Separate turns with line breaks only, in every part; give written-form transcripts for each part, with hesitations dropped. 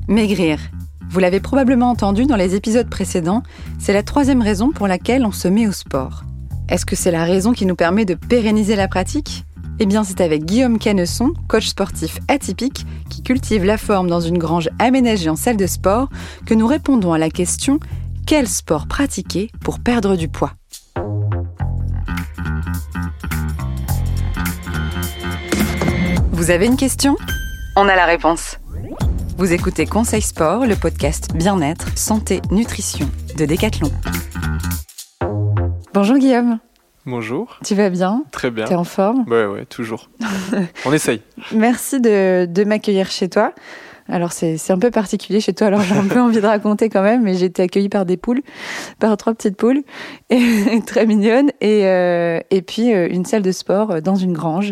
Maigrir. Vous l'avez probablement entendu dans les épisodes précédents, c'est la troisième raison pour laquelle on se met au sport. Est-ce que c'est la raison qui nous permet de pérenniser la pratique ? Eh bien, c'est avec Guillaume Canesson, coach sportif atypique, qui cultive la forme dans une grange aménagée en salle de sport, que nous répondons à la question « Quel sport pratiquer pour perdre du poids ?» Vous avez une question ? On a la réponse. Vous écoutez Conseil Sport, le podcast bien-être, santé, nutrition de Decathlon. Bonjour Guillaume.
Bonjour.
Tu vas bien ?
Très bien.
T'es en forme ?
Ouais, toujours. On essaye.
Merci de m'accueillir chez toi. Alors c'est un peu particulier chez toi, alors j'ai un peu envie de raconter quand même, mais j'ai été accueillie par des poules, par 3 petites poules, et, très mignonnes, et puis une salle de sport dans une grange.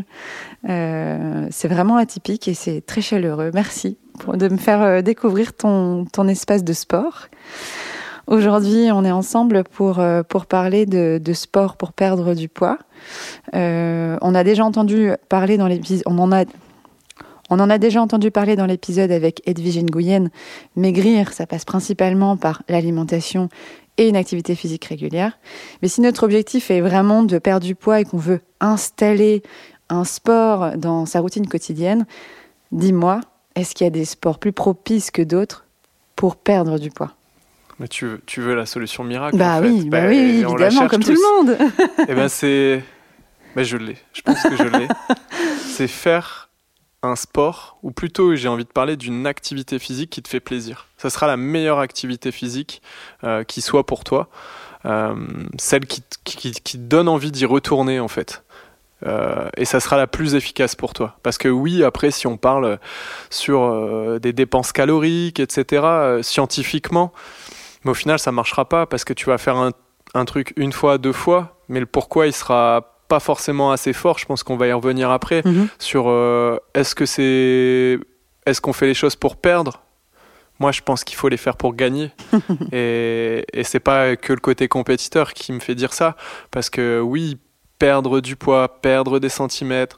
C'est vraiment atypique et c'est très chaleureux. Merci de me faire découvrir ton espace de sport. Aujourd'hui, on est ensemble pour parler de sport pour perdre du poids. On a déjà entendu parler dans l'épisode... On en a déjà entendu parler dans l'épisode avec Edwige Nguyen. Maigrir, ça passe principalement par l'alimentation et une activité physique régulière. Mais si notre objectif est vraiment de perdre du poids et qu'on veut installer un sport dans sa routine quotidienne, dis-moi, est-ce qu'il y a des sports plus propices que d'autres pour perdre du poids ?
Mais tu veux la solution miracle,
en fait. Oui, évidemment, comme
tous.
Tout le monde.
Eh ben c'est... je l'ai, je pense que je l'ai. C'est faire un sport, ou plutôt j'ai envie de parler d'une activité physique qui te fait plaisir. Ça sera la meilleure activité physique qui soit pour toi, celle qui te donne envie d'y retourner en fait. Et ça sera la plus efficace pour toi. Parce que oui, après, si on parle sur des dépenses caloriques, etc., scientifiquement, mais au final, ça ne marchera pas parce que tu vas faire un truc une fois, 2 fois, mais le pourquoi, il sera pas forcément assez fort. Je pense qu'on va y revenir après sur est-ce qu'on fait les choses pour perdre ? Moi, je pense qu'il faut les faire pour gagner. Et c'est pas que le côté compétiteur qui me fait dire ça. Parce que oui, perdre du poids, perdre des centimètres,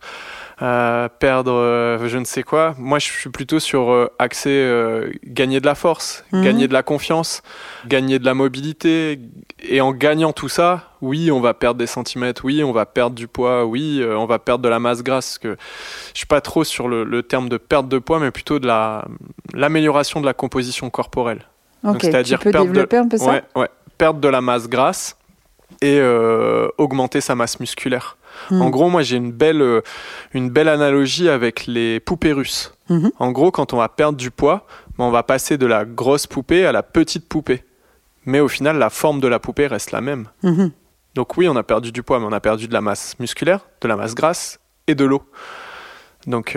perdre je ne sais quoi. Moi, je suis plutôt sur axé gagner de la force, gagner de la confiance, gagner de la mobilité. Et en gagnant tout ça, oui, on va perdre des centimètres, oui, on va perdre du poids, oui, on va perdre de la masse grasse. Que je suis pas trop sur le terme de perte de poids, mais plutôt de l'amélioration de la composition corporelle.
Ok, donc, c'est-à-dire tu peux développer un peu ça ?
Ouais, perdre de la masse grasse et augmenter sa masse musculaire. En gros, moi, j'ai une belle analogie avec les poupées russes. En gros, quand on va perdre du poids, on va passer de la grosse poupée à la petite poupée. Mais au final, la forme de la poupée reste la même. Donc oui, on a perdu du poids, mais on a perdu de la masse musculaire, de la masse grasse et de l'eau. Donc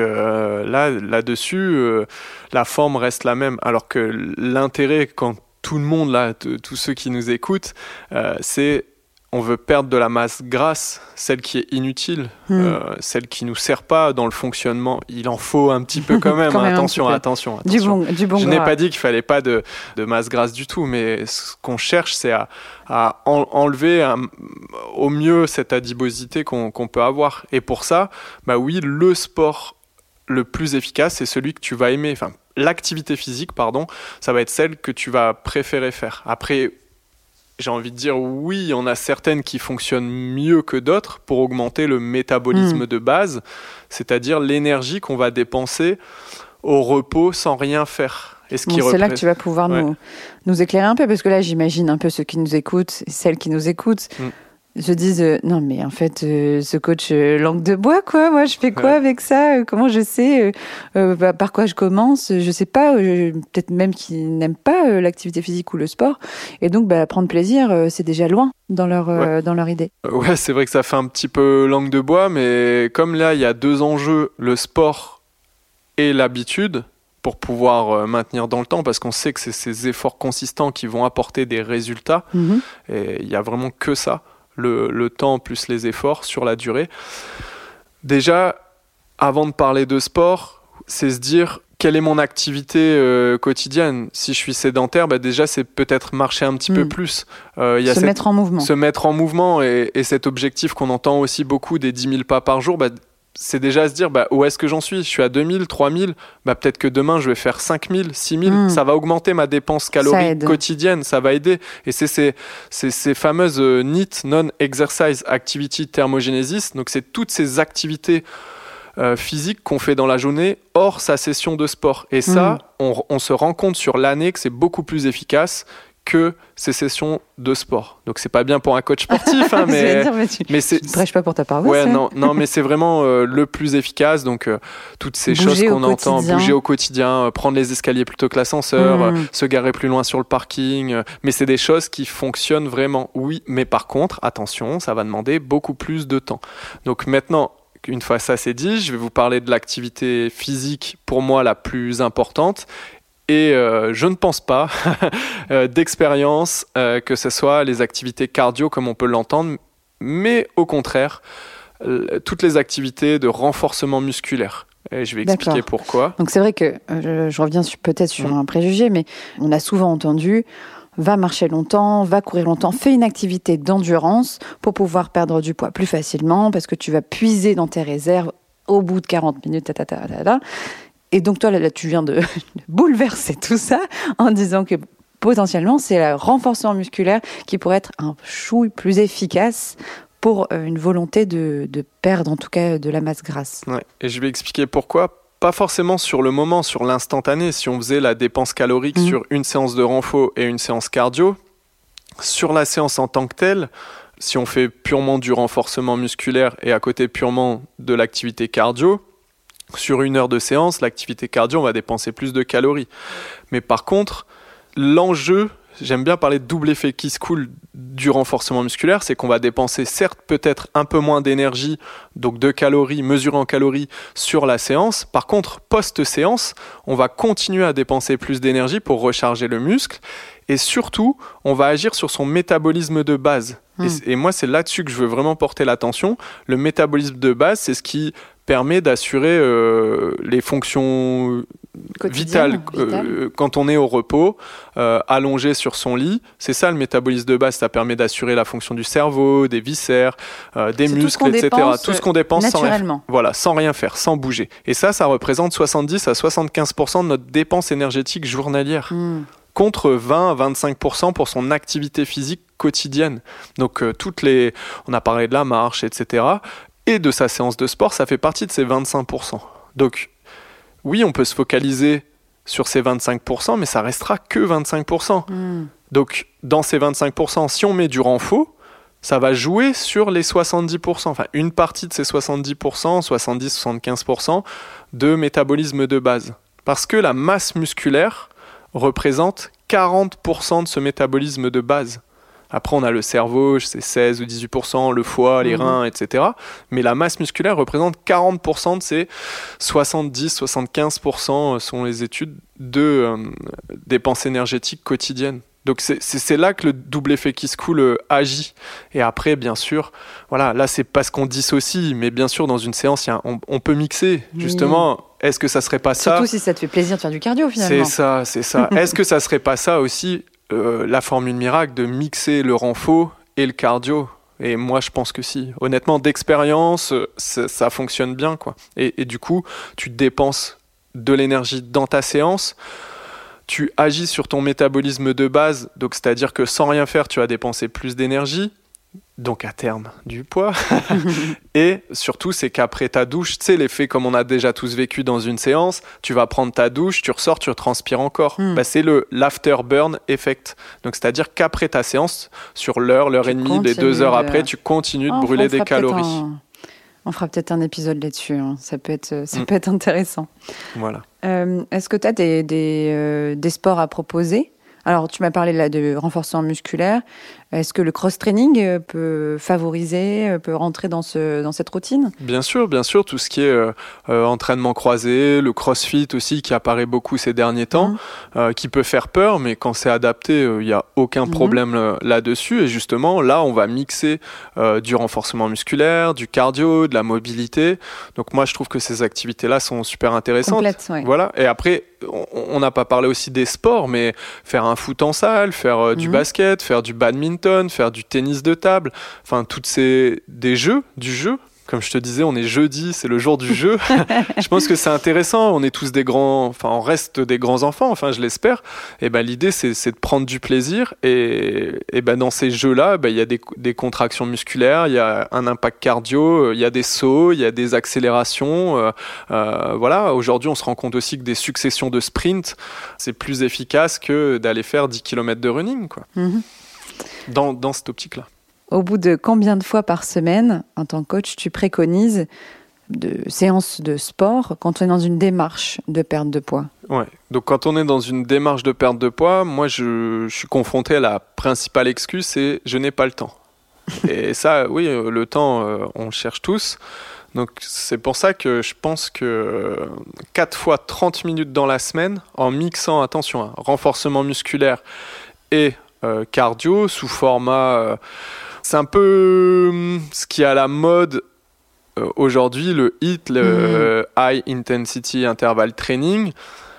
là-dessus, la forme reste la même. Alors que l'intérêt, quand tout le monde, là, tous ceux qui nous écoutent, c'est on veut perdre de la masse grasse, celle qui est inutile, celle qui nous sert pas dans le fonctionnement. Il en faut un petit peu quand même. Attention.
Du bon
Je
gras.
n'ai pas dit qu'il fallait pas de masse grasse du tout, mais ce qu'on cherche, c'est à enlever au mieux cette adiposité qu'on peut avoir. Et pour ça, oui, le sport le plus efficace, c'est celui que tu vas aimer. Enfin, l'activité physique, ça va être celle que tu vas préférer faire. Après, j'ai envie de dire oui, il y en a certaines qui fonctionnent mieux que d'autres pour augmenter le métabolisme de base, c'est-à-dire l'énergie qu'on va dépenser au repos sans rien faire.
C'est là que tu vas pouvoir nous éclairer un peu, parce que là, j'imagine un peu ceux qui nous écoutent et celles qui nous écoutent se disent non mais en fait ce coach langue de bois quoi, moi je fais quoi avec ça, comment je sais par quoi je commence, je sais pas, peut-être même qu'ils n'aiment pas l'activité physique ou le sport, et donc prendre plaisir c'est déjà loin dans leur idée.
Ouais, c'est vrai que ça fait un petit peu langue de bois, mais comme là il y a 2 enjeux, le sport et l'habitude, pour pouvoir maintenir dans le temps, parce qu'on sait que c'est ces efforts consistants qui vont apporter des résultats, et il y a vraiment que ça, le temps plus les efforts sur la durée. Déjà, avant de parler de sport, c'est se dire quelle est mon activité quotidienne. Si je suis sédentaire, déjà c'est peut-être marcher un petit peu plus.
Se mettre en mouvement.
Se mettre en mouvement, et cet objectif qu'on entend aussi beaucoup des 10 000 pas par jour, c'est déjà se dire où est-ce que j'en suis ? Je suis à 2000, 3000, peut-être que demain je vais faire 5000, 6000. Ça va augmenter ma dépense calorique quotidienne, ça va aider. Et c'est ces fameuses NEAT, Non-Exercise Activity Thermogenesis. Donc c'est toutes ces activités physique qu'on fait dans la journée hors sa session de sport. Et ça, on se rend compte sur l'année que c'est beaucoup plus efficace que ces sessions de sport. Donc c'est pas bien pour un coach sportif, mais
tu ne prêches pas pour ta paroisse.
Ouais, non, mais c'est vraiment le plus efficace. Donc toutes ces choses qu'on entend, bouger au quotidien, prendre les escaliers plutôt que l'ascenseur, se garer plus loin sur le parking, mais c'est des choses qui fonctionnent vraiment. Oui, mais par contre, attention, ça va demander beaucoup plus de temps. Donc maintenant, une fois ça c'est dit, je vais vous parler de l'activité physique pour moi la plus importante. Et je ne pense pas d'expérience que ce soit les activités cardio comme on peut l'entendre, mais au contraire, toutes les activités de renforcement musculaire. Et je vais expliquer pourquoi.
Donc c'est vrai que je reviens peut-être sur un préjugé, mais on a souvent entendu va marcher longtemps, va courir longtemps, fais une activité d'endurance pour pouvoir perdre du poids plus facilement parce que tu vas puiser dans tes réserves au bout de 40 minutes. Et donc toi, là, tu viens de bouleverser tout ça en disant que potentiellement, c'est le renforcement musculaire qui pourrait être un chouille plus efficace pour une volonté de perdre en tout cas de la masse grasse.
Ouais. Et je vais expliquer pourquoi. Pas forcément sur le moment, sur l'instantané. Si on faisait la dépense calorique sur une séance de renfo et une séance cardio, sur la séance en tant que telle, si on fait purement du renforcement musculaire et à côté purement de l'activité cardio, sur 1 heure de séance, l'activité cardio, on va dépenser plus de calories. Mais par contre, l'enjeu, j'aime bien parler de double effet qui se coule du renforcement musculaire, c'est qu'on va dépenser certes peut-être un peu moins d'énergie, donc de calories, mesurées en calories sur la séance. Par contre, post-séance, on va continuer à dépenser plus d'énergie pour recharger le muscle. Et surtout, on va agir sur son métabolisme de base. Et moi, c'est là-dessus que je veux vraiment porter l'attention. Le métabolisme de base, c'est ce qui permet d'assurer les fonctions vitales quand on est au repos, allongé sur son lit. C'est ça le métabolisme de base. Ça permet d'assurer la fonction du cerveau, des viscères, des muscles, etc. Tout ce qu'on dépense sans rien faire, sans bouger. Et ça représente 70 à 75% de notre dépense énergétique journalière. Contre 20 à 25% pour son activité physique quotidienne. Donc on a parlé de la marche, etc. Et de sa séance de sport, ça fait partie de ces 25%. Donc oui, on peut se focaliser sur ces 25%, mais ça restera que 25%. Donc dans ces 25%, si on met du renfo, ça va jouer sur les 70%, enfin une partie de ces 70%, 70-75% de métabolisme de base. Parce que la masse musculaire représente 40% de ce métabolisme de base. Après, on a le cerveau, c'est 16 ou 18%, le foie, les reins, etc. Mais la masse musculaire représente 40% de ces 70-75% sont les études de dépenses énergétiques quotidiennes. Donc c'est là que le double effet qui se coule agit. Et après, bien sûr, voilà, là c'est parce qu'on dissocie, mais bien sûr dans une séance, on peut mixer. Justement, est-ce que ça serait pas ça ?
Surtout si ça te fait plaisir de faire du cardio finalement.
C'est ça. Est-ce que ça serait pas ça aussi la formule miracle de mixer le renfo et le cardio ? Et moi, je pense que si. Honnêtement, d'expérience, ça fonctionne bien, quoi. Et du coup, tu dépenses de l'énergie dans ta séance. Tu agis sur ton métabolisme de base, donc c'est-à-dire que sans rien faire, tu vas dépenser plus d'énergie, donc à terme du poids. Et surtout, c'est qu'après ta douche, tu sais, l'effet comme on a déjà tous vécu dans une séance, tu vas prendre ta douche, tu ressors, tu transpires encore. C'est l'afterburn effect. Donc c'est-à-dire qu'après ta séance, sur l'heure et demie, les 2 heures après, tu continues de brûler des calories.
On fera peut-être un épisode là-dessus, hein. Ça peut être intéressant.
Voilà.
Est-ce que tu as des sports à proposer ? Alors, tu m'as parlé là de renforcement musculaire. Est-ce que le cross-training peut favoriser, peut rentrer dans cette routine ?
Bien sûr, tout ce qui est entraînement croisé, le crossfit aussi qui apparaît beaucoup ces derniers temps, qui peut faire peur, mais quand c'est adapté, il n'y a aucun problème là-dessus. Et justement, là, on va mixer du renforcement musculaire, du cardio, de la mobilité. Donc moi, je trouve que ces activités-là sont super intéressantes.
Complètes, ouais.
Voilà. Et après, on n'a pas parlé aussi des sports, mais faire un foot en salle, faire du basket, faire du badminton, faire du tennis de table, enfin du jeu Comme je te disais, on est jeudi, c'est le jour du jeu. Je pense que c'est intéressant. On est tous on reste des grands enfants, je l'espère. Et l'idée, c'est de prendre du plaisir. Et dans ces jeux-là, il y a des contractions musculaires, il y a un impact cardio, il y a des sauts, il y a des accélérations. Voilà. Aujourd'hui, on se rend compte aussi que des successions de sprints, c'est plus efficace que d'aller faire 10 km de running, quoi. Dans cette optique-là.
Au bout de combien de fois par semaine, en tant que coach, tu préconises de séances de sport quand on est dans une démarche de perte de poids ?
Ouais. Donc quand on est dans une démarche de perte de poids, moi je suis confronté à la principale excuse, c'est je n'ai pas le temps. Et ça, oui, le temps, on le cherche tous. Donc c'est pour ça que je pense que 4 fois 30 minutes dans la semaine, en mixant, attention, renforcement musculaire et cardio sous format... c'est un peu ce qui est à la mode aujourd'hui, le HIIT, le High Intensity Interval Training,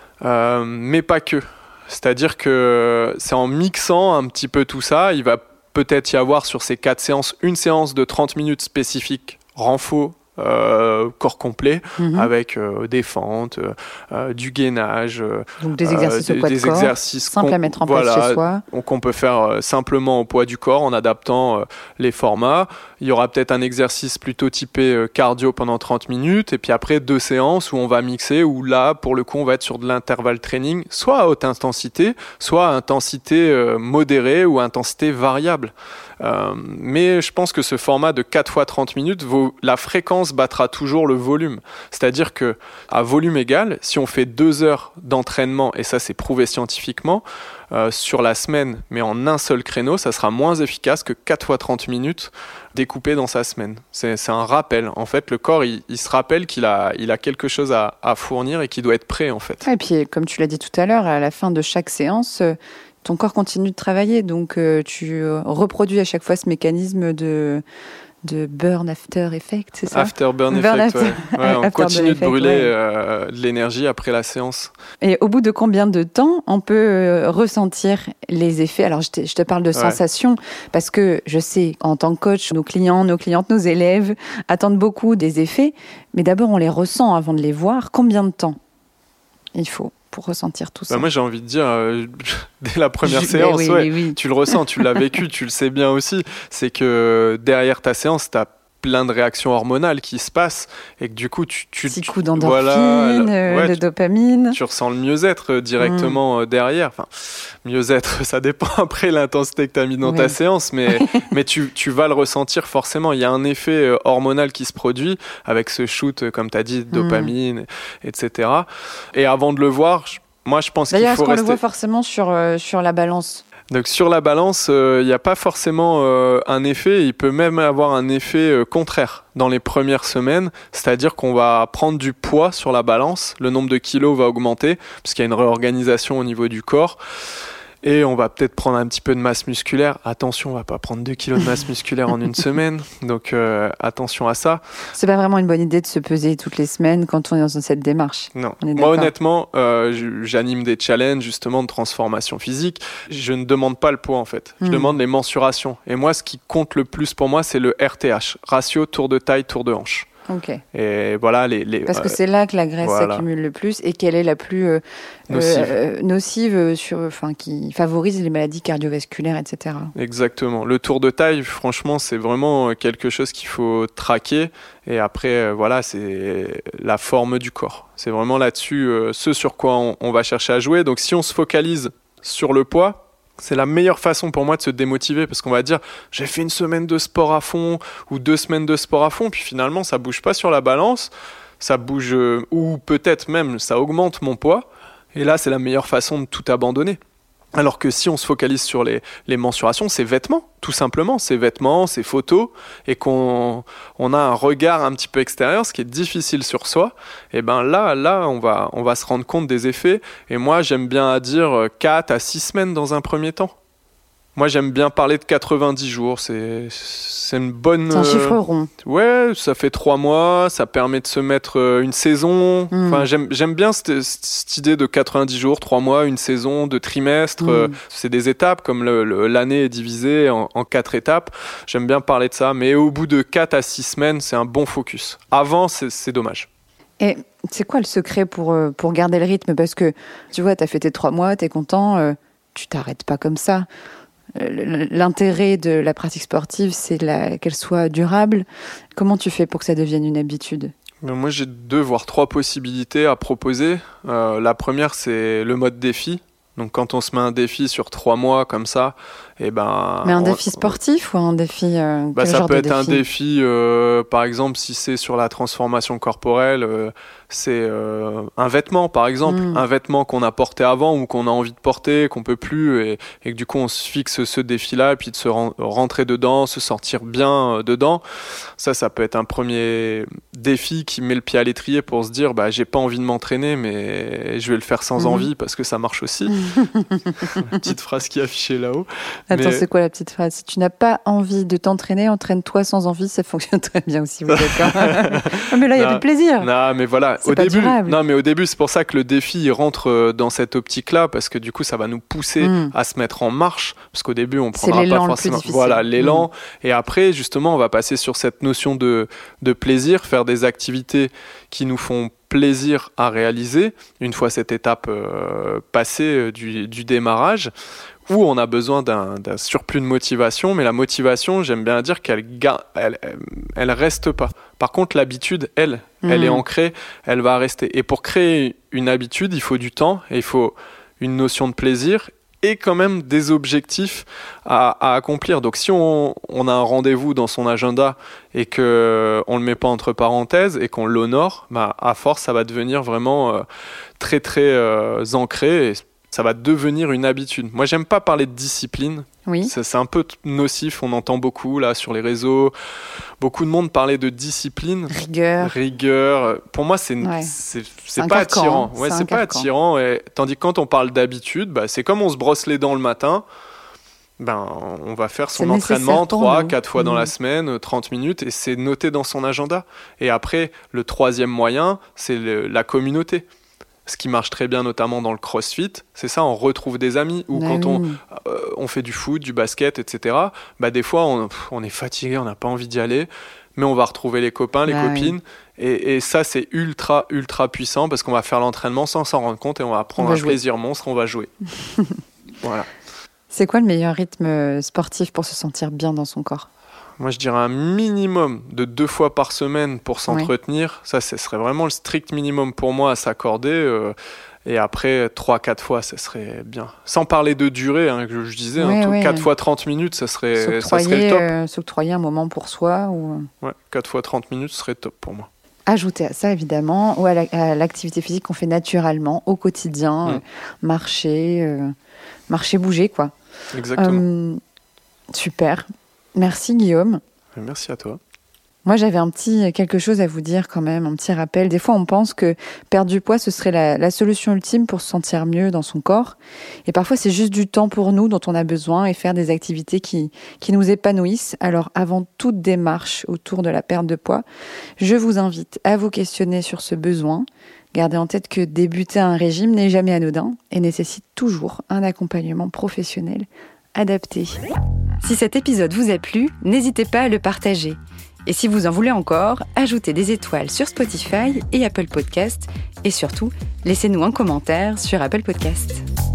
mais pas que. C'est-à-dire que c'est en mixant un petit peu tout ça, il va peut-être y avoir sur ces 4 séances, une séance de 30 minutes spécifique, renfo, corps complet, avec des fentes, du gainage.
Donc des exercices au poids de corps,
exercices
simples à mettre en place chez soi.
Qu'on peut faire simplement au poids du corps en adaptant les formats. Il y aura peut-être un exercice plutôt typé cardio pendant 30 minutes, et puis après 2 séances où on va mixer, où là, pour le coup, on va être sur de l'intervalle training, soit à haute intensité, soit à intensité modérée ou à intensité variable. Mais je pense que ce format de 4 fois 30 minutes, la fréquence battra toujours le volume. C'est-à-dire que à volume égal, si on fait 2 heures d'entraînement, et ça c'est prouvé scientifiquement, sur la semaine, mais en un seul créneau, ça sera moins efficace que 4 fois 30 minutes découpé dans sa semaine. C'est un rappel. En fait, le corps, il se rappelle qu'il a quelque chose à fournir et qu'il doit être prêt, en fait.
Et puis, comme tu l'as dit tout à l'heure, à la fin de chaque séance, ton corps continue de travailler. Donc, tu reproduis à chaque fois ce mécanisme de burn after effect, c'est ça ?
After burn effect, ouais. On continue de brûler de l'énergie après la séance.
Et au bout de combien de temps on peut ressentir les effets ? Alors, je te parle de sensations, parce que je sais, en tant que coach, nos clients, nos clientes, nos élèves attendent beaucoup des effets, mais d'abord, on les ressent avant de les voir. Combien de temps il faut pour ressentir tout ça ?
Moi, j'ai envie de dire, dès la première séance, oui. Tu le ressens, tu l'as vécu, tu le sais bien aussi. C'est que derrière ta séance, tu as plein de réactions hormonales qui se passent et que du coup,
petit coup d'endorphine, de dopamine.
Tu ressens le mieux-être directement derrière. Enfin, mieux-être, ça dépend après l'intensité que tu as mis dans ta séance, mais tu vas le ressentir forcément. Il y a un effet hormonal qui se produit avec ce shoot, comme tu as dit, de dopamine, etc. Et avant de le voir, moi, je pense qu'il faut rester...
D'ailleurs, est-ce qu'on le voit forcément sur la balance ?
Donc sur la balance, il n'y a pas forcément un effet, il peut même avoir un effet contraire dans les premières semaines, c'est-à-dire qu'on va prendre du poids sur la balance, le nombre de kilos va augmenter, parce qu'il y a une réorganisation au niveau du corps, et on va peut-être prendre un petit peu de masse musculaire. Attention, on va pas prendre 2 kilos de masse musculaire en une semaine, donc attention à ça.
C'est pas vraiment une bonne idée de se peser toutes les semaines quand on est dans cette démarche.
Non, moi honnêtement, j'anime des challenges justement de transformation physique. Je ne demande pas le poids en fait, je demande les mensurations. Et moi, ce qui compte le plus pour moi, c'est le RTH, ratio tour de taille, tour de hanche.
Okay.
Et voilà
parce que c'est là que la graisse s'accumule le plus et qu'elle est la plus nocive qui favorise les maladies cardiovasculaires, etc.
Exactement. Le tour de taille, franchement, c'est vraiment quelque chose qu'il faut traquer. Et après, c'est la forme du corps. C'est vraiment là-dessus ce sur quoi on va chercher à jouer. Donc si on se focalise sur le poids, c'est la meilleure façon pour moi de se démotiver parce qu'on va dire j'ai fait une semaine de sport à fond ou 2 semaines de sport à fond, puis finalement ça bouge pas sur la balance, ça bouge ou peut-être même ça augmente mon poids, et là c'est la meilleure façon de tout abandonner. Alors que si on se focalise sur les mensurations, c'est vêtements, tout simplement, c'est vêtements, c'est photos, et qu'on a un regard un petit peu extérieur, ce qui est difficile sur soi, et ben là on va se rendre compte des effets, et moi j'aime bien dire 4 à 6 semaines dans un premier temps. Moi, j'aime bien parler de 90 jours. C'est une bonne...
C'est un chiffre rond.
Ouais, ça fait 3 mois. Ça permet de se mettre une saison. Enfin, j'aime bien cette idée de 90 jours, 3 mois, une saison, 2 trimestres. C'est des étapes, comme l'année est divisée en 4 étapes. J'aime bien parler de ça. Mais au bout de 4 à 6 semaines, c'est un bon focus. Avant, c'est dommage.
Et c'est quoi le secret pour garder le rythme ? Parce que, tu vois, tu as fait tes 3 mois, tu es content, tu t'arrêtes pas comme ça. L'intérêt de la pratique sportive, c'est qu'elle soit durable. Comment tu fais pour que ça devienne une habitude ?
Moi, j'ai 2 voire 3 possibilités à proposer. La première, c'est le mode défi. Donc, quand on se met un défi sur 3 mois comme ça, et ben.
Mais un défi sportif ou un défi
ça peut être un défi, par exemple, si c'est sur la transformation corporelle, c'est un vêtement, par exemple, un vêtement qu'on a porté avant ou qu'on a envie de porter, qu'on peut plus, et que du coup on se fixe ce défi-là, et puis de se rentrer dedans, se sortir bien dedans. Ça peut être un premier défi qui met le pied à l'étrier pour se dire, j'ai pas envie de m'entraîner, mais je vais le faire sans envie parce que ça marche aussi. La petite phrase qui est affichée là-haut.
Attends, c'est quoi la petite phrase ? Si tu n'as pas envie de t'entraîner, entraîne-toi sans envie, ça fonctionne très bien aussi, vous d'accord ? Mais là, il y a du plaisir.
Non, mais voilà,
au
début, c'est pour ça que le défi il rentre dans cette optique-là, parce que du coup, ça va nous pousser à se mettre en marche, parce qu'au début, on prendra pas forcément. Voilà, l'élan. Et après, justement, on va passer sur cette notion de plaisir, faire des activités qui nous font plaisir à réaliser une fois cette étape passée du démarrage, où on a besoin d'un surplus de motivation, mais la motivation, j'aime bien dire qu'elle reste pas. Par contre, l'habitude, elle est ancrée, elle va rester. Et pour créer une habitude, il faut du temps, et il faut une notion de plaisir, et quand même des objectifs à accomplir. Donc si on a un rendez-vous dans son agenda et qu'on ne le met pas entre parenthèses et qu'on l'honore, à force, ça va devenir vraiment très très ancré, et ça va devenir une habitude. Moi, j'aime pas parler de discipline.
Oui.
C'est un peu nocif, on entend beaucoup là sur les réseaux. Beaucoup de monde parlait de discipline. Rigueur. Pour moi, c'est pas attirant. Ouais, c'est pas attirant. Et, tandis que quand on parle d'habitude, c'est comme on se brosse les dents le matin. On va faire son entraînement 3-4 fois dans la semaine, 30 minutes, et c'est noté dans son agenda. Et après, le troisième moyen, c'est la communauté. Ce qui marche très bien, notamment dans le crossfit, c'est ça, on retrouve des amis. Ou quand on fait du foot, du basket, etc., des fois, on est fatigué, on n'a pas envie d'y aller, mais on va retrouver les copains, les copines. Et ça, c'est ultra, ultra puissant, parce qu'on va faire l'entraînement sans s'en rendre compte, et on va prendre un plaisir monstre, on va jouer. Voilà.
C'est quoi le meilleur rythme sportif pour se sentir bien dans son corps ?
Moi, je dirais un minimum de 2 fois par semaine pour s'entretenir. Ça, ce serait vraiment le strict minimum pour moi à s'accorder. Et après, 3-4 fois, ça serait bien. Sans parler de durée, que je disais. 4 fois 30 minutes, ça serait le top.
S'octroyer un moment pour soi.
4 fois 30 minutes, ce serait top pour moi.
Ajouter à ça, évidemment, ou à l'activité physique qu'on fait naturellement, au quotidien. Marcher, bouger, quoi.
Exactement.
Super. Merci Guillaume.
Merci à toi.
Moi, j'avais quelque chose à vous dire quand même, un petit rappel. Des fois, on pense que perdre du poids, ce serait la solution ultime pour se sentir mieux dans son corps. Et parfois, c'est juste du temps pour nous dont on a besoin et faire des activités qui nous épanouissent. Alors, avant toute démarche autour de la perte de poids, je vous invite à vous questionner sur ce besoin. Gardez en tête que débuter un régime n'est jamais anodin et nécessite toujours un accompagnement professionnel adapté. Si cet épisode vous a plu, n'hésitez pas à le partager. Et si vous en voulez encore, ajoutez des étoiles sur Spotify et Apple Podcasts. Et surtout, laissez-nous un commentaire sur Apple Podcasts.